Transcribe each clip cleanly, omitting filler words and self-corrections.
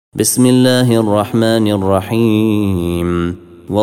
بسم الله الرحمن الرحيم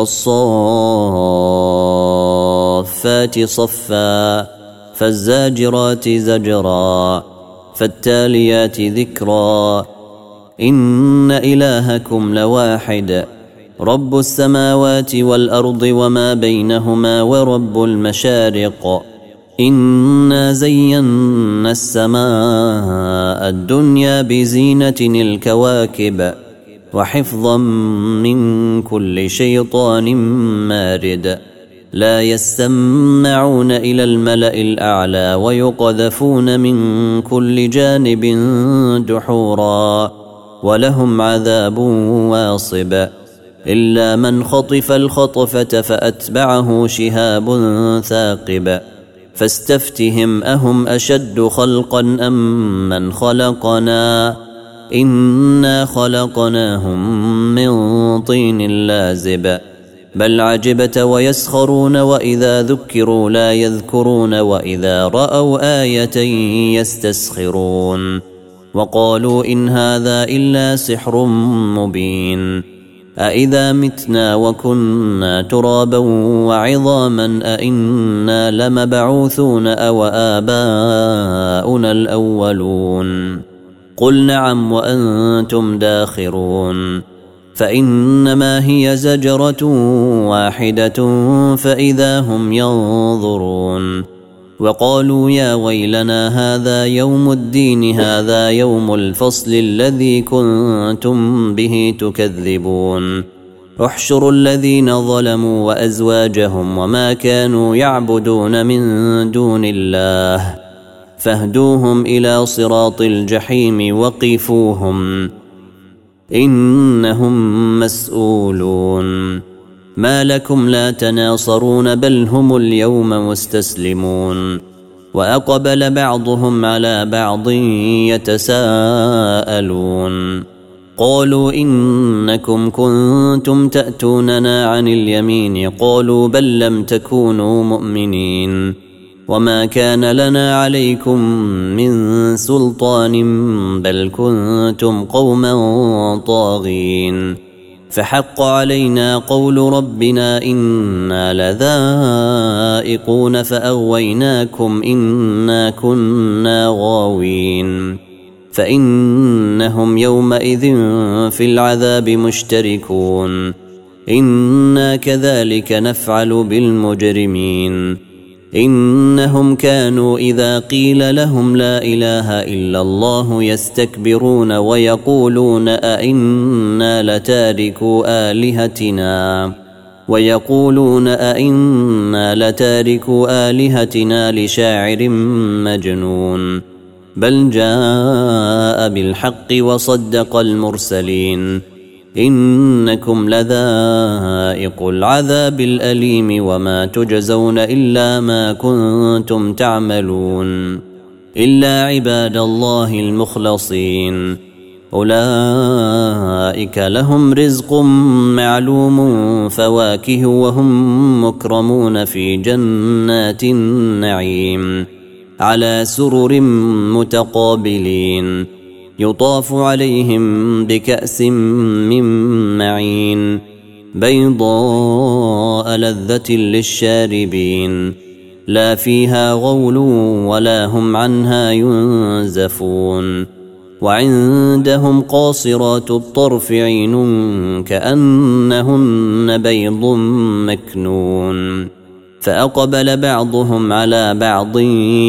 والصافات صفا فالزاجرات زجرا فالتاليات ذكرا إن إلهكم لواحد رب السماوات والأرض وما بينهما ورب المشارق إنا زينا السماء الدنيا بزينة الكواكب وحفظا من كل شيطان مارد لا يستمعون إلى الملأ الأعلى ويقذفون من كل جانب دحورا ولهم عذاب واصب إلا من خطف الخطفة فأتبعه شهاب ثاقب فاستفتهم أهم أشد خلقا أم من خلقنا إنا خلقناهم من طين لازب بل عجبت ويسخرون وإذا ذكروا لا يذكرون وإذا رأوا آية يستسخرون وقالوا إن هذا إلا سحر مبين أإذا متنا وكنا ترابا وعظاما أإنا لمبعوثون أو آباؤنا الأولون قل نعم وأنتم داخرون فإنما هي زجرة واحدة فإذا هم ينظرون وقالوا يا ويلنا هذا يوم الدين هذا يوم الفصل الذي كنتم به تكذبون احشروا الذين ظلموا وأزواجهم وما كانوا يعبدون من دون الله فاهدوهم إلى صراط الجحيم وقفوهم إنهم مسؤولون ما لكم لا تناصرون بل هم اليوم مستسلمون وأقبل بعضهم على بعض يتساءلون قالوا إنكم كنتم تأتوننا عن اليمين قالوا بل لم تكونوا مؤمنين وما كان لنا عليكم من سلطان بل كنتم قوما طاغين فحق علينا قول ربنا إنا لذائقون فأغويناكم إنا كنا غاوين فإنهم يومئذ في العذاب مشتركون إنا كذلك نفعل بالمجرمين إنهم كانوا إذا قيل لهم لا إله إلا الله يستكبرون ويقولون أئنا لتاركوا آلهتنا لشاعر مجنون بل جاء بالحق وصدق المرسلين إنكم لذائق العذاب الأليم وما تجزون إلا ما كنتم تعملون إلا عباد الله المخلصين أولئك لهم رزق معلوم فواكه وهم مكرمون في جنات النعيم على سرر متقابلين يطاف عليهم بكأس من معين بيضاء لذة للشاربين لا فيها غول ولا هم عنها ينزفون وعندهم قاصرات الطرف عين كأنهن بيض مكنون فأقبل بعضهم على بعض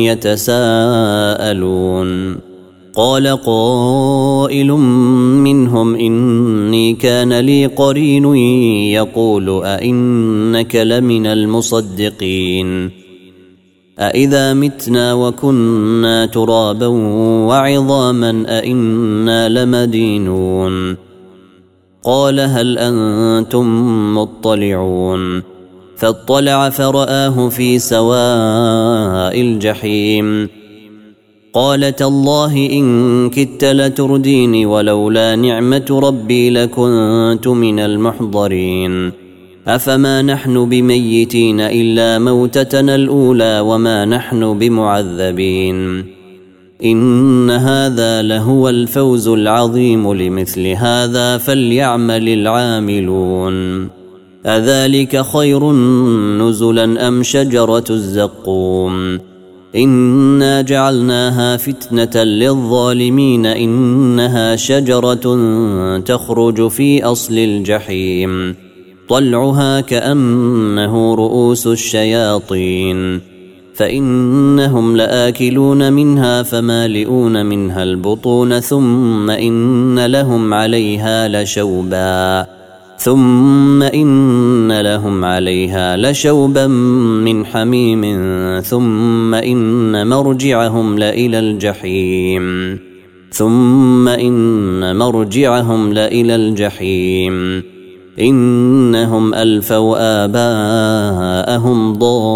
يتساءلون قال قائل منهم إني كان لي قرين يقول أئنك لمن المصدقين أإذا متنا وكنا ترابا وعظاما أئنا لمدينون قال هل أنتم مطلعون فاطلع فرآه في سواء الجحيم قال تالله إن كدت لترديني ولولا نعمة ربي لكنت من المحضرين أفما نحن بميتين إلا موتتنا الأولى وما نحن بمعذبين إن هذا لهو الفوز العظيم لمثل هذا فليعمل العاملون أذلك خير نزلا أم شجرة الزقوم إنا جعلناها فتنة للظالمين إنها شجرة تخرج في أصل الجحيم طلعها كأنه رؤوس الشياطين فإنهم لآكلون منها فمالئون منها البطون ثم إن لهم عليها لشوبا من حميم ثم إن مرجعهم لإلى الجحيم إنهم ألفوا آباءهم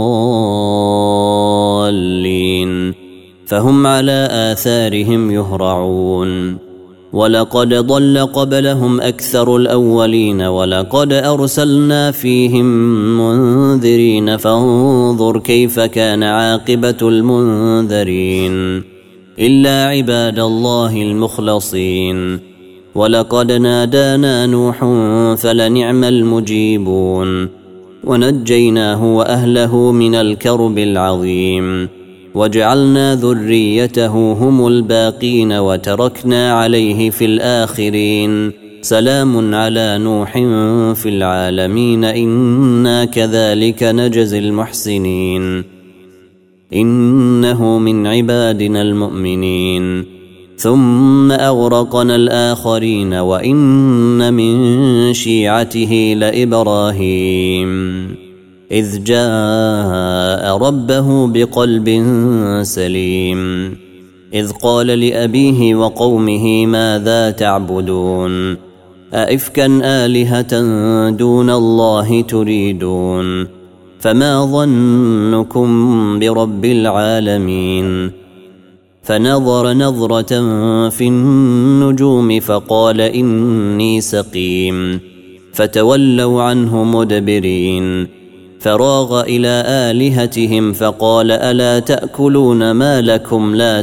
ضالين فهم على آثارهم يهرعون ولقد ضل قبلهم أكثر الأولين ولقد أرسلنا فيهم منذرين فانظر كيف كان عاقبة المنذرين إلا عباد الله المخلصين ولقد نادانا نوح فلنعم المجيبون ونجيناه وأهله من الكرب العظيم وجعلنا ذريته هم الباقين وتركنا عليه في الآخرين سلام على نوح في العالمين إنا كذلك نجزي المحسنين إنه من عبادنا المؤمنين ثم أغرقنا الآخرين وإن من شيعته لإبراهيم إذ جاء ربه بقلب سليم إذ قال لأبيه وقومه ماذا تعبدون أئفكا آلهة دون الله تريدون فما ظنكم برب العالمين فنظر نظرة في النجوم فقال إني سقيم فتولوا عنه مدبرين فراغ إلى آلهتهم فقال ألا تأكلون ما لكم لا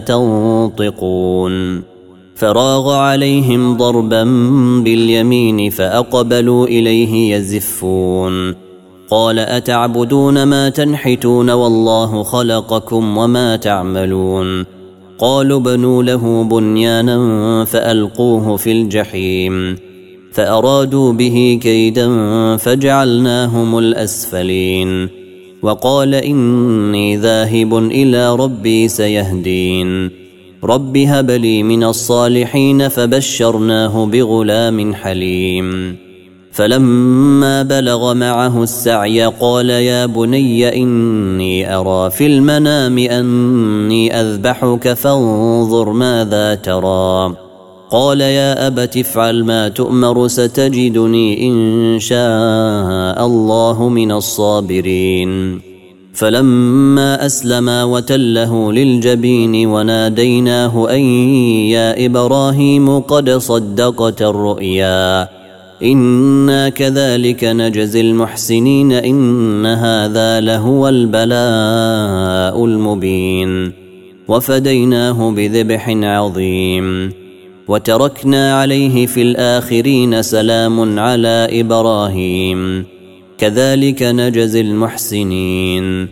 تنطقون فراغ عليهم ضربا باليمين فأقبلوا إليه يزفون قال أتعبدون ما تنحتون والله خلقكم وما تعملون قالوا بنوا له بنيانا فألقوه في الجحيم فأرادوا به كيدا فجعلناهم الأسفلين وقال إني ذاهب إلى ربي سيهدين رب هب لي من الصالحين فبشرناه بغلام حليم فلما بلغ معه السعي قال يا بني إني أرى في المنام أني أذبحك فانظر ماذا ترى قال يا أبت افعل ما تؤمر ستجدني إن شاء الله من الصابرين فلما أسلما وتله للجبين وناديناه أن يا إبراهيم قد صدقت الرؤيا إنا كذلك نجزي المحسنين إن هذا لهو البلاء المبين وفديناه بذبح عظيم وتركنا عليه في الآخرين سلام على إبراهيم كذلك نجزي المحسنين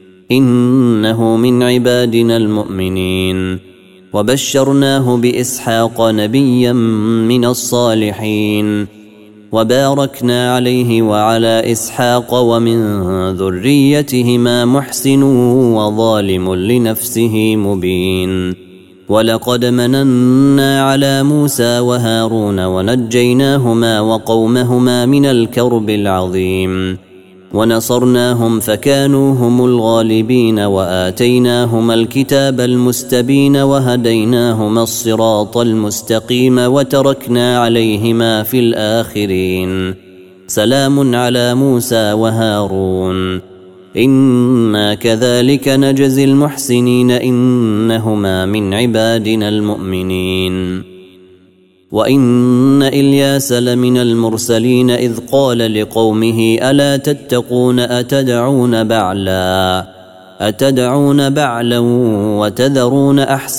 إنه من عبادنا المؤمنين وبشرناه بإسحاق نبيا من الصالحين وباركنا عليه وعلى إسحاق ومن ذريتهما محسن وظالم لنفسه مبين ولقد مننا على موسى وهارون ونجيناهما وقومهما من الكرب العظيم ونصرناهم فكانوا هم الغالبين وآتيناهما الكتاب المستبين وهديناهما الصراط المستقيم وتركنا عليهما في الآخرين سلام على موسى وهارون إنا كذلك نجزي المحسنين إنهما من عبادنا المؤمنين وإن إلياس لمن المرسلين إذ قال لقومه ألا تتقون أتدعون بعلا أتدعون بعلا وتذرون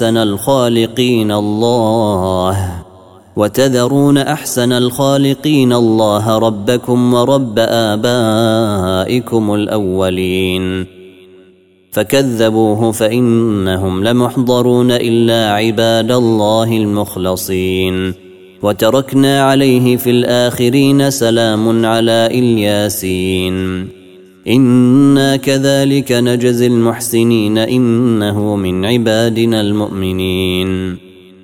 أحسن الخالقين الله ربكم ورب آبائكم الأولين. فكذبوه فإنهم لمحضرون إلا عباد الله المخلصين. وتركنا عليه في الآخرين سلام على الياسين إنا كذلك نجزي المحسنين إنه من عبادنا المؤمنين.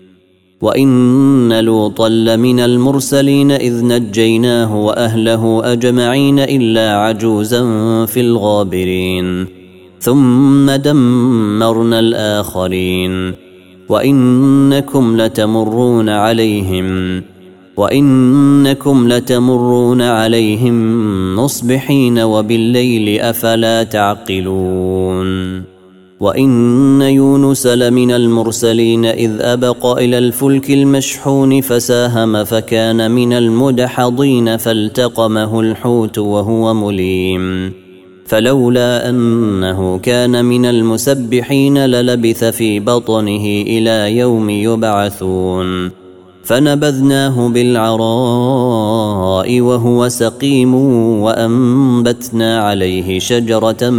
وإن لوطا لمن المرسلين إذ نجيناه وأهله أجمعين إلا عجوزا في الغابرين ثم دمرنا الآخرين. وإنكم لتمرون عليهم مصبحين وبالليل أفلا تعقلون. وإن يونس لمن المرسلين إذ أبق إلى الفلك المشحون فساهم فكان من المدحضين فالتقمه الحوت وهو مليم فلولا أنه كان من المسبحين للبث في بطنه إلى يوم يبعثون. فنبذناه بالعراء وهو سقيم وأنبتنا عليه شجرة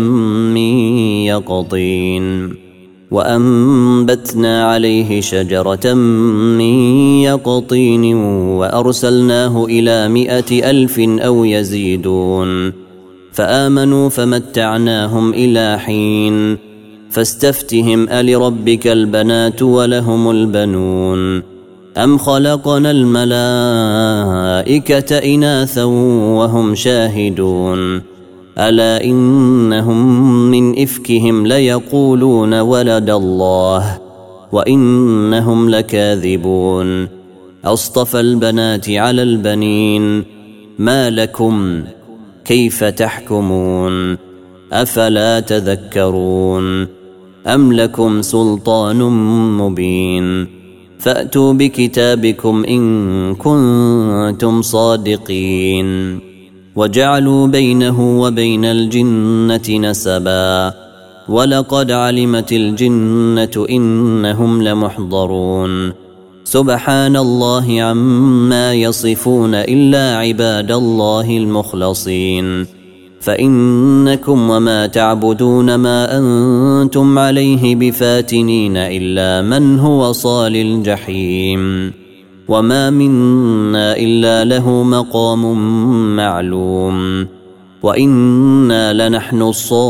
من يقطين وأرسلناه إلى 100,000 أو يزيدون فآمنوا فمتعناهم إلى حين. فاستفتهم ألربك البنات ولهم البنون أم خلقنا الملائكة إناثا وهم شاهدون ألا إنهم من إفكهم ليقولون ولد الله وإنهم لكاذبون. أصطفى البنات على البنين ما لكم كيف تحكمون أفلا تذكرون أم لكم سلطان مبين فأتوا بكتابكم إن كنتم صادقين. وجعلوا بينه وبين الجنة نسبا ولقد علمت الجنة إنهم لمحضرون. سبحان الله عما يصفون إلا عباد الله المخلصين. فإنكم وما تعبدون ما أنتم عليه بفاتنين إلا من هو صال الجحيم وما منا إلا له مقام معلوم. وإنا لنحن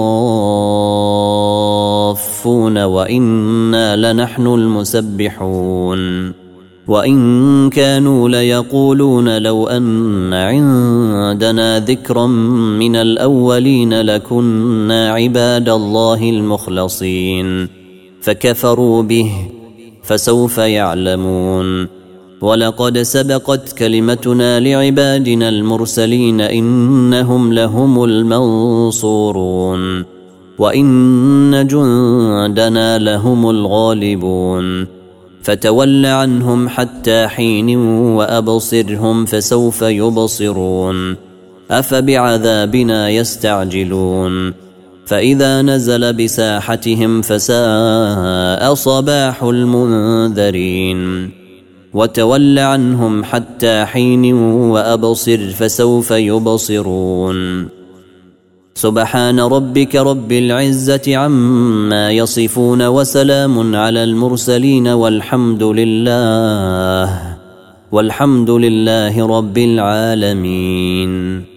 الصافون وإنا لنحن المسبحون. وإن كانوا ليقولون لو أن عندنا ذكرا من الأولين لكنا عباد الله المخلصين فكفروا به فسوف يعلمون. ولقد سبقت كلمتنا لعبادنا المرسلين إنهم لهم المنصورون وإن جندنا لهم الغالبون. فتول عنهم حتى حين وأبصرهم فسوف يبصرون. أفبعذابنا يستعجلون فإذا نزل بساحتهم فساء صباح المنذرين. وتول عنهم حتى حين وأبصر فسوف يبصرون. سبحان ربك رب العزة عما يصفون وسلام على المرسلين والحمد لله رب العالمين.